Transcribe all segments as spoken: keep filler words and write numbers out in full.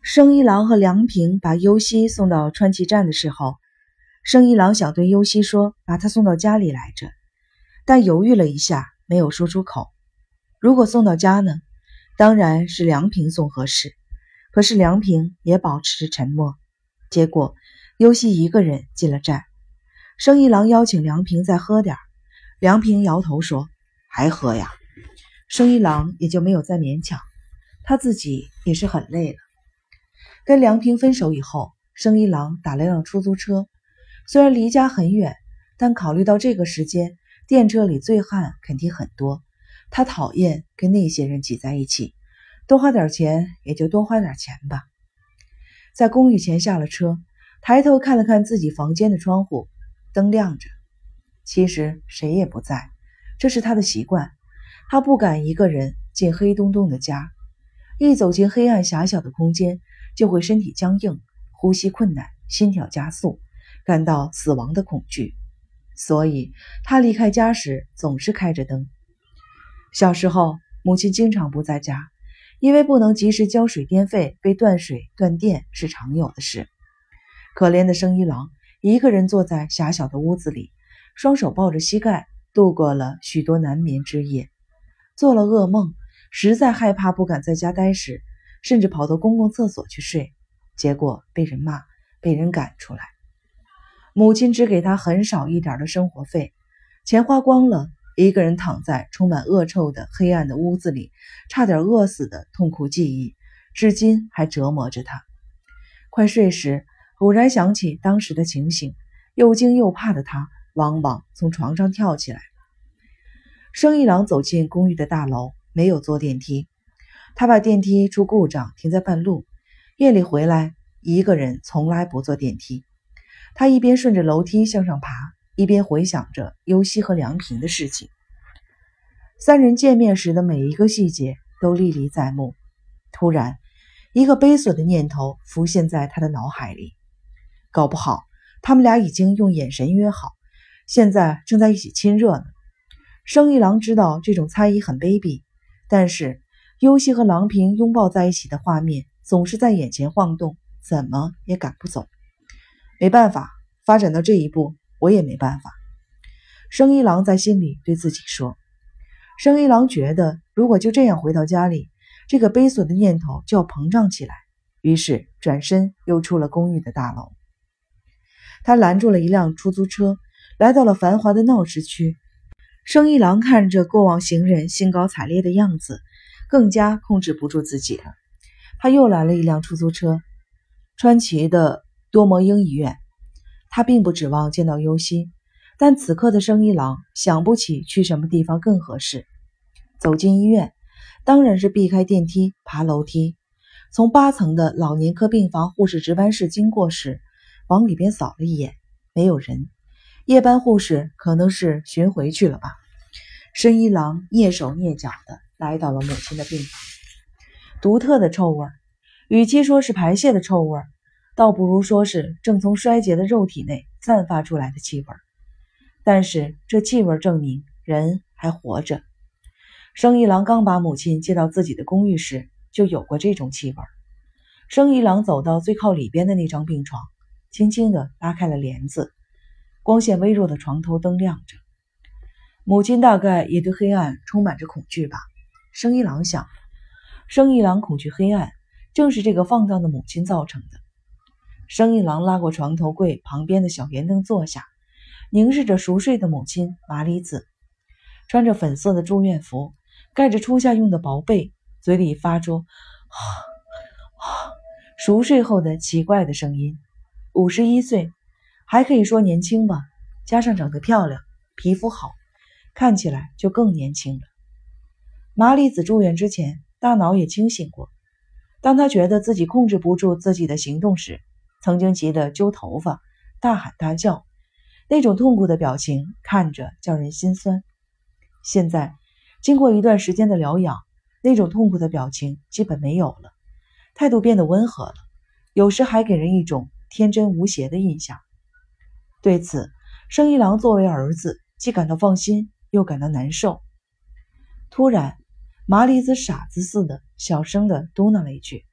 生一郎和梁平把优希送到川崎站的时候，生一郎想对优希说把她送到家里来着，但犹豫了一下没有说出口。如果送到家呢，当然是梁平送合适，可是梁平也保持着沉默。结果优希一个人进了站，生一郎邀请梁平再喝点，梁平摇头说还喝呀。生一郎也就没有再勉强，他自己也是很累了。跟梁平分手以后，生一郎打了辆出租车，虽然离家很远，但考虑到这个时间电车里醉汉肯定很多，他讨厌跟那些人挤在一起，多花点钱也就多花点钱吧。在公寓前下了车，抬头看了看自己房间的窗户，灯亮着，其实谁也不在，这是他的习惯，他不敢一个人进黑洞洞的家，一走进黑暗狭小的空间就会身体僵硬，呼吸困难，心跳加速，感到死亡的恐惧，所以他离开家时总是开着灯。小时候母亲经常不在家，因为不能及时交水电费，被断水断电是常有的事。可怜的生一郎一个人坐在狭小的屋子里，双手抱着膝盖，度过了许多难眠之夜，做了噩梦，实在害怕不敢在家待时，甚至跑到公共厕所去睡，结果被人骂，被人赶出来。母亲只给他很少一点的生活费，钱花光了，一个人躺在充满恶臭的黑暗的屋子里，差点饿死的痛苦记忆至今还折磨着他。快睡时偶然想起当时的情形，又惊又怕的他往往从床上跳起来。生一郎走进公寓的大楼，没有坐电梯，他把电梯出故障停在半路，夜里回来一个人从来不坐电梯。他一边顺着楼梯向上爬，一边回想着优希和梁平的事情。三人见面时的每一个细节都历历在目。突然一个悲损的念头浮现在他的脑海里，搞不好他们俩已经用眼神约好，现在正在一起亲热呢。生一郎知道这种猜疑很卑鄙，但是优希和郎平拥抱在一起的画面总是在眼前晃动，怎么也赶不走。没办法，发展到这一步，我也没办法。生一郎在心里对自己说。生一郎觉得，如果就这样回到家里，这个悲损的念头就要膨胀起来，于是转身又出了公寓的大楼。他拦住了一辆出租车，来到了繁华的闹市区。生一郎看着过往行人兴高采烈的样子，更加控制不住自己了。他又来了一辆出租车，川崎的多摩英医院。他并不指望见到优希，但此刻的生一郎想不起去什么地方更合适。走进医院，当然是避开电梯，爬楼梯。从八层的老年科病房护士值班室经过时，往里边扫了一眼，没有人，夜班护士可能是巡回去了吧。生一郎蹑手蹑脚地来到了母亲的病房。独特的臭味，与其说是排泄的臭味，倒不如说是正从衰竭的肉体内散发出来的气味。但是这气味证明人还活着。生一郎刚把母亲接到自己的公寓时，就有过这种气味。生一郎走到最靠里边的那张病床，轻轻地拉开了帘子，光线微弱的床头灯亮着。母亲大概也对黑暗充满着恐惧吧，生一郎想。生一郎恐惧黑暗，正是这个放荡的母亲造成的。生一郎拉过床头柜旁边的小圆凳坐下，凝视着熟睡的母亲麻里子，穿着粉色的住院服，盖着初夏用的薄被，嘴里发出熟睡后的奇怪的声音。五十一岁，还可以说年轻吧，加上长得漂亮，皮肤好，看起来就更年轻了。麻里子住院之前，大脑也清醒过。当他觉得自己控制不住自己的行动时，曾经急得揪头发，大喊大叫，那种痛苦的表情看着叫人心酸。现在经过一段时间的疗养，那种痛苦的表情基本没有了，态度变得温和了，有时还给人一种天真无邪的印象。对此，生一郎作为儿子，既感到放心，又感到难受。突然，麻里子傻子似的小声地嘟囔了一句：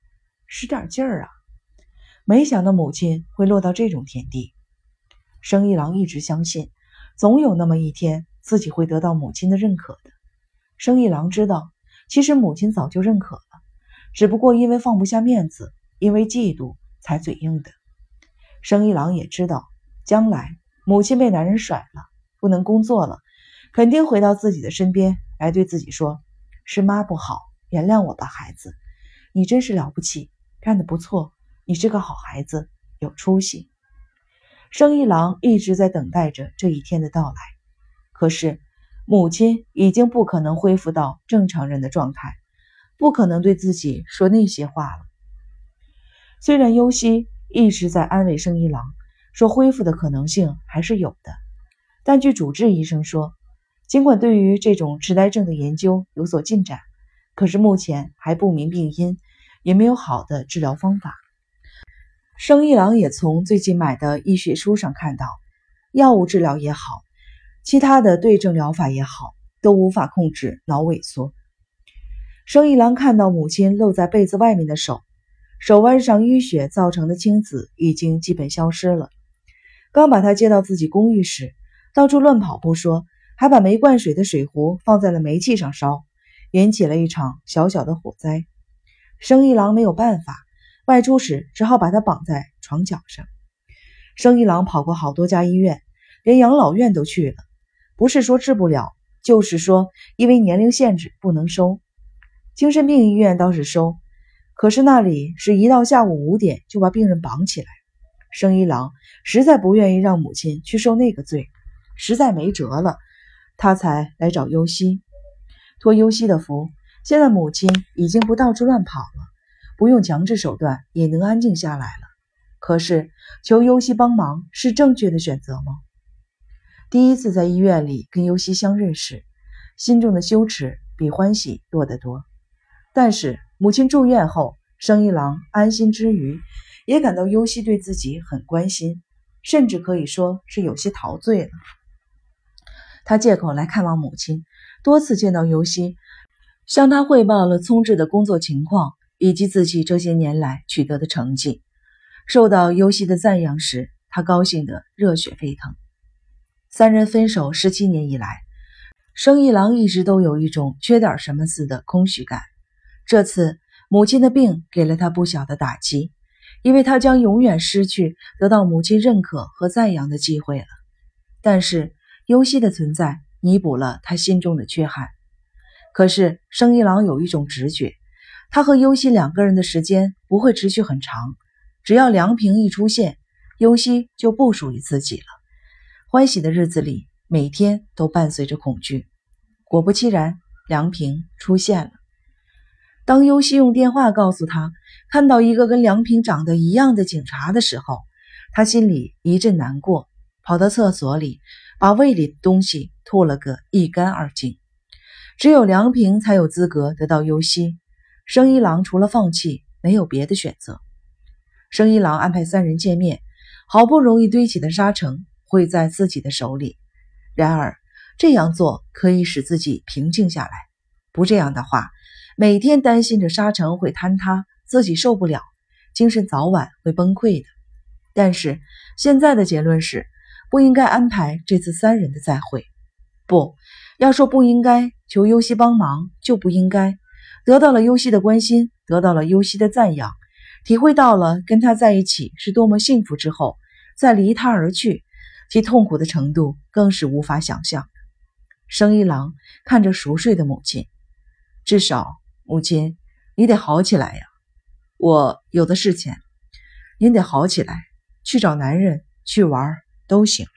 使点劲儿啊！没想到母亲会落到这种田地。生一郎一直相信，总有那么一天自己会得到母亲的认可的。生一郎知道，其实母亲早就认可了，只不过因为放不下面子，因为嫉妒才嘴硬的。生一郎也知道，将来母亲被男人甩了，不能工作了，肯定回到自己的身边来对自己说，是妈不好，原谅我吧，孩子，你真是了不起，干得不错，你是个好孩子，有出息。生一郎一直在等待着这一天的到来，可是母亲已经不可能恢复到正常人的状态，不可能对自己说那些话了。虽然优希一直在安慰生一郎，说恢复的可能性还是有的，但据主治医生说，尽管对于这种痴呆症的研究有所进展，可是目前还不明病因，也没有好的治疗方法。生一郎也从最近买的医学书上看到，药物治疗也好，其他的对症疗法也好，都无法控制脑萎缩。生一郎看到母亲露在被子外面的手，手腕上淤血造成的青紫已经基本消失了。刚把他接到自己公寓时，到处乱跑不说，还把没灌水的水壶放在了煤气上烧，引起了一场小小的火灾。生一郎没有办法，外出时只好把他绑在床脚上。生一郎跑过好多家医院，连养老院都去了，不是说治不了，就是说因为年龄限制不能收。精神病医院倒是收，可是那里是一到下午五点就把病人绑起来。生一郎实在不愿意让母亲去受那个罪，实在没辙了，他才来找优希。托优希的福，现在母亲已经不到处乱跑了，不用强制手段也能安静下来了。可是求优希帮忙是正确的选择吗？第一次在医院里跟优希相认时，心中的羞耻比欢喜多得多。但是母亲住院后，生一郎安心之余，也感到优希对自己很关心，甚至可以说是有些陶醉了。他借口来看望母亲，多次见到优希，向他汇报了聪智的工作情况以及自己这些年来取得的成绩。受到优希的赞扬时，他高兴得热血沸腾。三人分手十七年以来，生一郎一直都有一种缺点什么似的空虚感。这次母亲的病给了他不小的打击，因为他将永远失去得到母亲认可和赞扬的机会了。但是优希的存在弥补了他心中的缺憾。可是生一郎有一种直觉，他和优希两个人的时间不会持续很长，只要梁平一出现，优希就不属于自己了。欢喜的日子里，每天都伴随着恐惧。果不其然，梁平出现了。当优希用电话告诉他看到一个跟梁平长得一样的警察的时候，他心里一阵难过，跑到厕所里把胃里的东西吐了个一干二净。只有梁平才有资格得到优希，生一郎除了放弃没有别的选择。生一郎安排三人见面，好不容易堆起的沙城会在自己的手里，然而这样做可以使自己平静下来，不这样的话，每天担心着沙城会坍塌，自己受不了，精神早晚会崩溃的。但是现在的结论是，不应该安排这次三人的再会。不，要说不应该，求优希帮忙就不应该。得到了优希的关心，得到了优希的赞扬，体会到了跟他在一起是多么幸福之后，再离他而去，其痛苦的程度更是无法想象。生一郎看着熟睡的母亲，至少母亲，你得好起来呀！我有的是钱，您得好起来，去找男人去玩都行。